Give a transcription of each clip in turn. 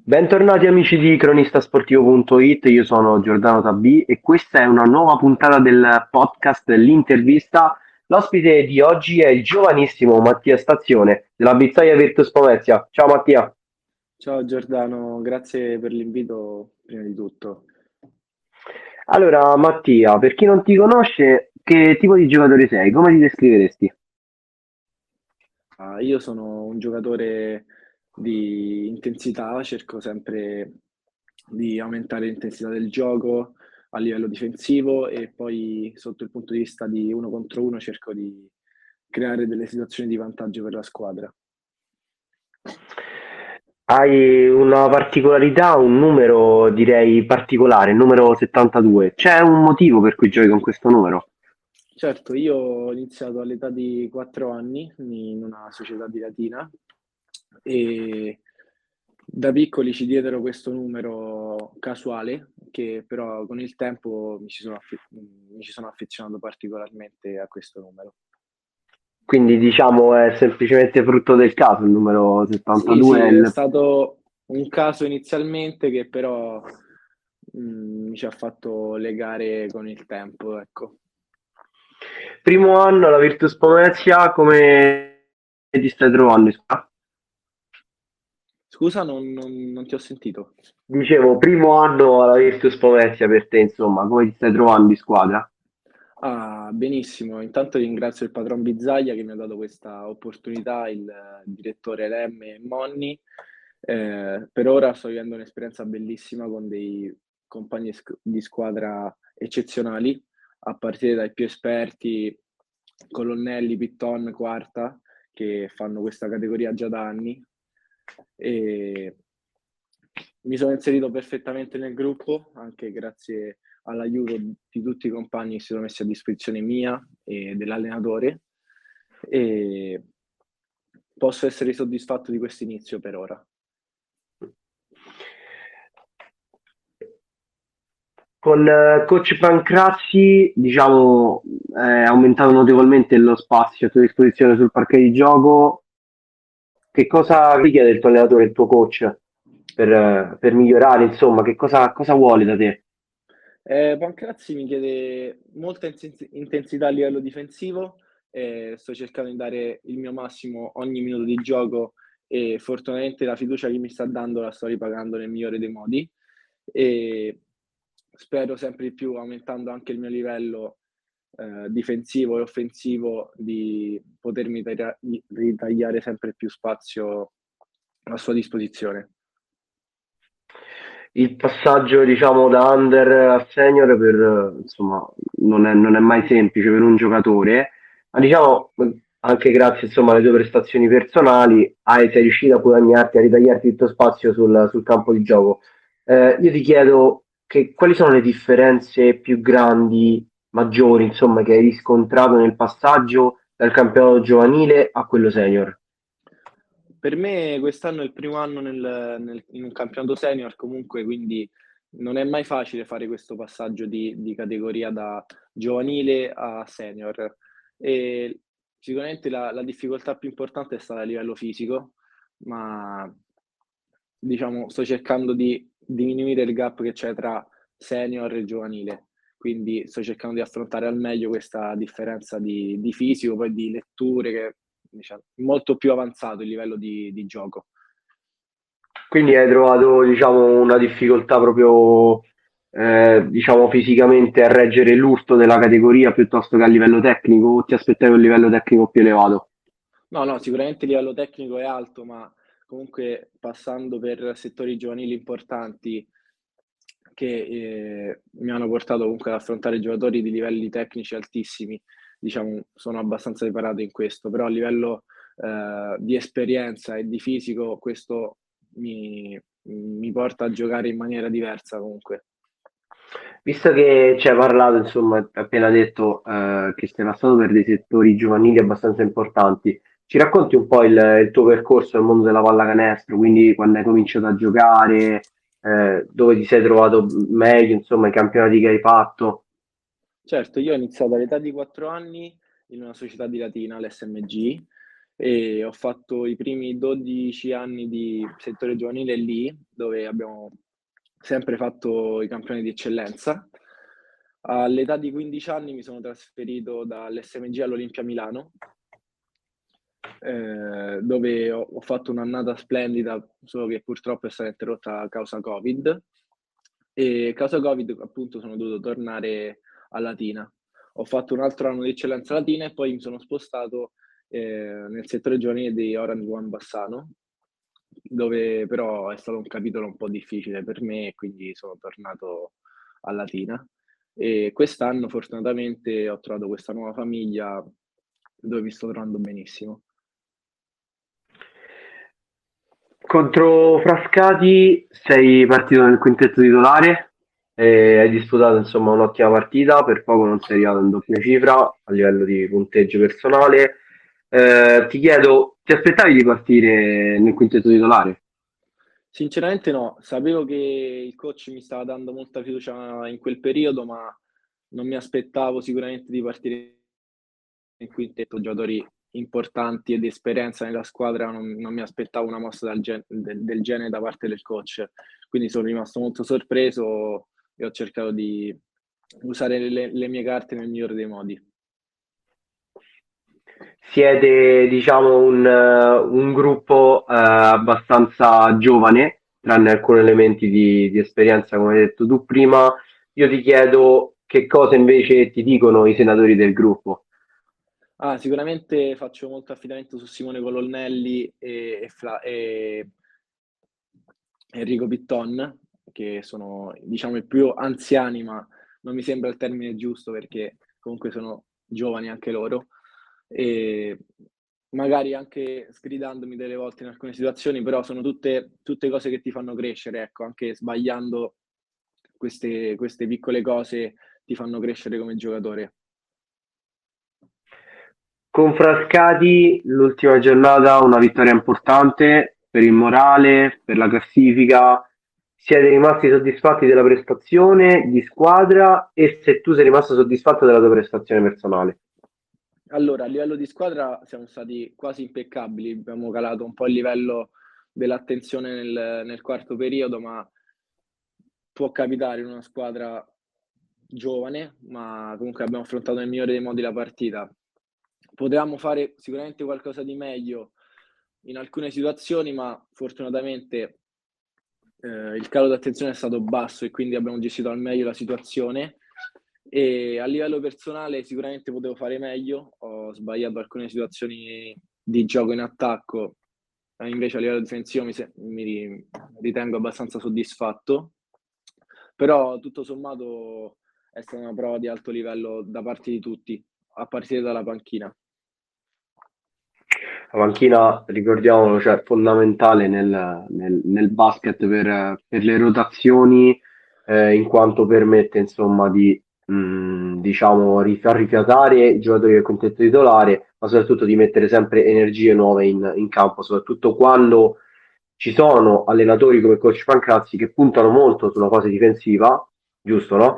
Bentornati amici di cronistasportivo.it, io sono Giordano Tabì e questa è una nuova puntata del podcast L'Intervista. L'ospite di oggi è il giovanissimo Mattia Stazione della Bizzaia Virtus Pomezia. Ciao Mattia. Ciao Giordano, grazie per l'invito prima di tutto. Allora Mattia, per chi non ti conosce, che tipo di giocatore sei? Come ti descriveresti? Io sono un giocatore di intensità, cerco sempre di aumentare l'intensità del gioco a livello difensivo e poi sotto il punto di vista di uno contro uno cerco di creare delle situazioni di vantaggio per la squadra. Hai una particolarità, un numero direi particolare, il numero 72. C'è un motivo per cui giochi con questo numero? Certo, io ho iniziato all'età di 4 anni in una società di Latina e da piccoli ci diedero questo numero casuale che però con il tempo mi ci sono affezionato particolarmente a questo numero. Quindi diciamo è semplicemente frutto del caso, il numero Sì, 72 è sì, è il stato un caso inizialmente che però mi ci ha fatto legare con il tempo, ecco. primo anno alla Virtus Pomezia, come ti stai trovando in squadra? Scusa, non ti ho sentito. Dicevo, primo anno alla Virtus Pomezia per te, insomma, come ti stai trovando in squadra? Ah, benissimo. Intanto ringrazio il patron Bizzaglia che mi ha dato questa opportunità, il direttore Lemme e Monni. Per ora sto vivendo un'esperienza bellissima con dei compagni di squadra eccezionali, a partire dai più esperti, Colonnelli, Pitton, Quarta, che fanno questa categoria già da anni. E mi sono inserito perfettamente nel gruppo, anche grazie all'aiuto di tutti i compagni che si sono messi a disposizione mia e dell'allenatore e posso essere soddisfatto di questo inizio per ora. Con coach Pancrazzi, diciamo, è aumentato notevolmente lo spazio a tua disposizione sul parquet di gioco. Che cosa richiede il tuo allenatore, il tuo coach, per migliorare, insomma, cosa vuole da te? Pancrazzi mi chiede molta intensità a livello difensivo, sto cercando di dare il mio massimo ogni minuto di gioco e fortunatamente la fiducia che mi sta dando la sto ripagando nel migliore dei modi e spero sempre di più, aumentando anche il mio livello difensivo e offensivo, di potermi ritagliare sempre più spazio a sua disposizione. Il passaggio, diciamo, da under a senior insomma, non è mai semplice per un giocatore, ma diciamo, anche grazie, insomma, alle tue prestazioni personali, sei riuscito a guadagnarti, a ritagliarti il tuo spazio sul campo di gioco. Io ti chiedo quali sono le differenze più grandi, maggiori, insomma, che hai riscontrato nel passaggio dal campionato giovanile a quello senior? Per me quest'anno è il primo anno in un campionato senior comunque, quindi non è mai facile fare questo passaggio di categoria da giovanile a senior. E sicuramente la difficoltà più importante è stata a livello fisico, ma diciamo sto cercando di diminuire il gap che c'è tra senior e giovanile. Quindi sto cercando di affrontare al meglio questa differenza di fisico, poi di letture, che diciamo, molto più avanzato il livello di gioco. Quindi hai trovato, diciamo, una difficoltà proprio, diciamo, fisicamente a reggere l'urto della categoria piuttosto che a livello tecnico, o ti aspettavi un livello tecnico più elevato? No, no, sicuramente il livello tecnico è alto, ma comunque passando per settori giovanili importanti che mi hanno portato comunque ad affrontare giocatori di livelli tecnici altissimi, diciamo, sono abbastanza preparato in questo, però a livello di esperienza e di fisico questo mi porta a giocare in maniera diversa comunque. Visto che ci hai parlato, insomma, hai appena detto che sei passato per dei settori giovanili abbastanza importanti, ci racconti un po' il tuo percorso nel mondo della pallacanestro, quindi quando hai cominciato a giocare, dove ti sei trovato meglio, insomma, i campionati che hai fatto? Certo, io ho iniziato all'età di 4 anni in una società di Latina, l'SMG, e ho fatto i primi 12 anni di settore giovanile lì, dove abbiamo sempre fatto i campioni di eccellenza. All'età di 15 anni mi sono trasferito dall'SMG all'Olimpia Milano, dove ho fatto un'annata splendida, solo che purtroppo è stata interrotta a causa Covid. E a causa Covid, appunto, sono dovuto tornare a Latina. Ho fatto un altro anno di eccellenza latina e poi mi sono spostato nel settore giovanile di Orange One Bassano, dove però è stato un capitolo un po' difficile per me e quindi sono tornato a Latina. E quest'anno fortunatamente ho trovato questa nuova famiglia dove mi sto trovando benissimo. Contro Frascati sei partito nel quintetto titolare e hai disputato insomma un'ottima partita, per poco non sei arrivato in doppia cifra a livello di punteggio personale. Ti chiedo, ti aspettavi di partire nel quintetto titolare? Sinceramente no, sapevo che il coach mi stava dando molta fiducia in quel periodo, ma non mi aspettavo sicuramente di partire in quintetto, giocatori importanti e di esperienza nella squadra, non mi aspettavo una mossa del genere da parte del coach, quindi sono rimasto molto sorpreso e ho cercato di usare le mie carte nel migliore dei modi. Siete, diciamo, un gruppo abbastanza giovane, tranne alcuni elementi di esperienza, come hai detto tu prima. Io ti chiedo che cosa invece ti dicono i senatori del gruppo. Sicuramente faccio molto affidamento su Simone Colonnelli e Enrico Pitton, che sono, diciamo, i più anziani, ma non mi sembra il termine giusto perché comunque sono giovani anche loro. E magari anche sgridandomi delle volte in alcune situazioni, però sono tutte cose che ti fanno crescere, ecco, anche sbagliando queste piccole cose ti fanno crescere come giocatore. Con Frascati, l'ultima giornata, una vittoria importante per il morale, per la classifica. Siete rimasti soddisfatti della prestazione di squadra e se tu sei rimasto soddisfatto della tua prestazione personale? Allora, a livello di squadra siamo stati quasi impeccabili, abbiamo calato un po' il livello dell'attenzione nel quarto periodo, ma può capitare in una squadra giovane, ma comunque abbiamo affrontato nel migliore dei modi la partita. Potevamo fare sicuramente qualcosa di meglio in alcune situazioni, ma fortunatamente il calo d'attenzione è stato basso e quindi abbiamo gestito al meglio la situazione. E a livello personale sicuramente potevo fare meglio, ho sbagliato alcune situazioni di gioco in attacco, invece a livello difensivo mi ritengo abbastanza soddisfatto, però tutto sommato è stata una prova di alto livello da parte di tutti, a partire dalla panchina. La panchina, ricordiamolo, cioè, è fondamentale nel basket per le rotazioni, in quanto permette insomma di diciamo, far rifiatare i giocatori del quintetto titolare, ma soprattutto di mettere sempre energie nuove in campo, soprattutto quando ci sono allenatori come coach Pancrazzi che puntano molto sulla fase difensiva, giusto, no?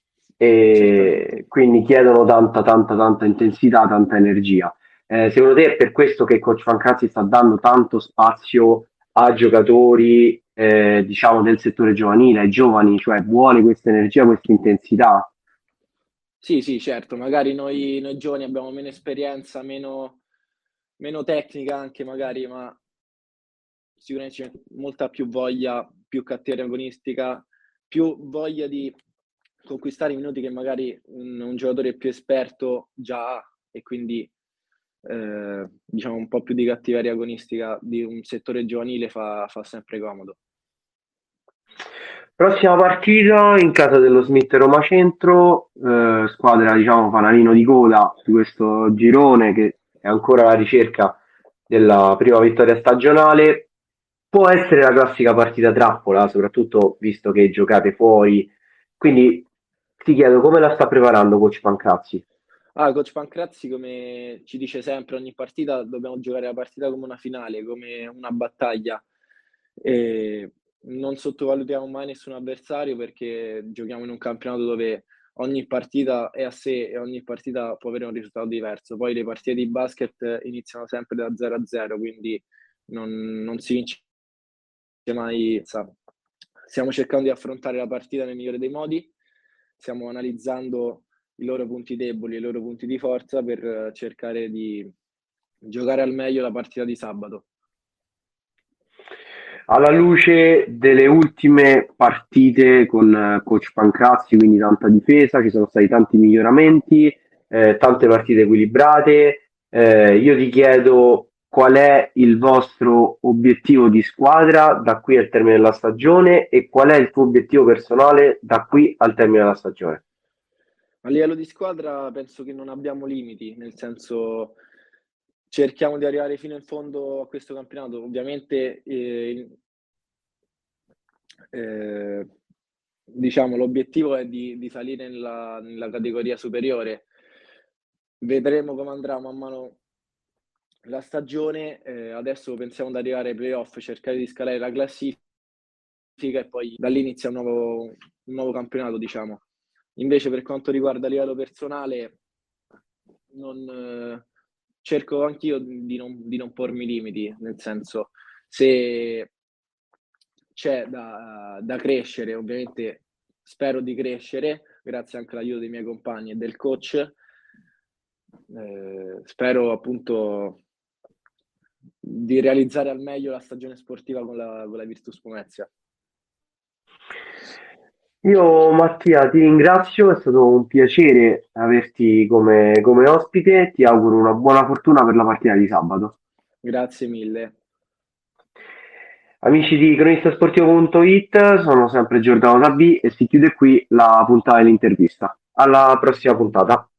E Certamente. quindi chiedono tanta intensità, tanta energia. Secondo te è per questo che coach Pancrazzi sta dando tanto spazio a giocatori, diciamo, del settore giovanile, ai giovani, cioè vuole questa energia, questa intensità? Sì, sì, certo, magari noi giovani abbiamo meno esperienza, meno tecnica anche magari, ma sicuramente c'è molta più voglia, più cattiveria agonistica, più voglia di conquistare i minuti che magari un giocatore più esperto già ha e quindi diciamo un po' più di cattiveria agonistica di un settore giovanile fa sempre comodo. Prossima partita in casa dello Smith Roma Centro, squadra diciamo fanalino di coda di questo girone che è ancora alla ricerca della prima vittoria stagionale. Può essere la classica partita trappola, soprattutto visto che giocate fuori. Quindi ti chiedo come la sta preparando coach Pancrazzi? Coach Pancrazzi, come ci dice sempre, ogni partita dobbiamo giocare la partita come una finale, come una battaglia. E non sottovalutiamo mai nessun avversario perché giochiamo in un campionato dove ogni partita è a sé e ogni partita può avere un risultato diverso. Poi le partite di basket iniziano sempre da 0-0, quindi non si vince mai. Stiamo cercando di affrontare la partita nel migliore dei modi, stiamo analizzando i loro punti deboli e i loro punti di forza per cercare di giocare al meglio la partita di sabato. Alla luce delle ultime partite con coach Pancrazzi, quindi tanta difesa, ci sono stati tanti miglioramenti, tante partite equilibrate. Io ti chiedo qual è il vostro obiettivo di squadra da qui al termine della stagione e qual è il tuo obiettivo personale da qui al termine della stagione. A livello di squadra penso che non abbiamo limiti, nel senso cerchiamo di arrivare fino in fondo a questo campionato. Ovviamente diciamo l'obiettivo è di salire nella categoria superiore. Vedremo come andrà man mano la stagione. Adesso pensiamo di arrivare ai playoff, cercare di scalare la classifica e poi da lì inizia un nuovo campionato, diciamo. Invece per quanto riguarda a livello personale, cerco anch'io di non pormi limiti, nel senso, se c'è da crescere, ovviamente spero di crescere, grazie anche all'aiuto dei miei compagni e del coach. Spero appunto di realizzare al meglio la stagione sportiva con la Virtus Pomezia. Io Mattia ti ringrazio, è stato un piacere averti come ospite, ti auguro una buona fortuna per la partita di sabato. Grazie mille. Amici di cronistasportivo.it, sono sempre Giordano Sabbi e si chiude qui la puntata dell'intervista. Alla prossima puntata.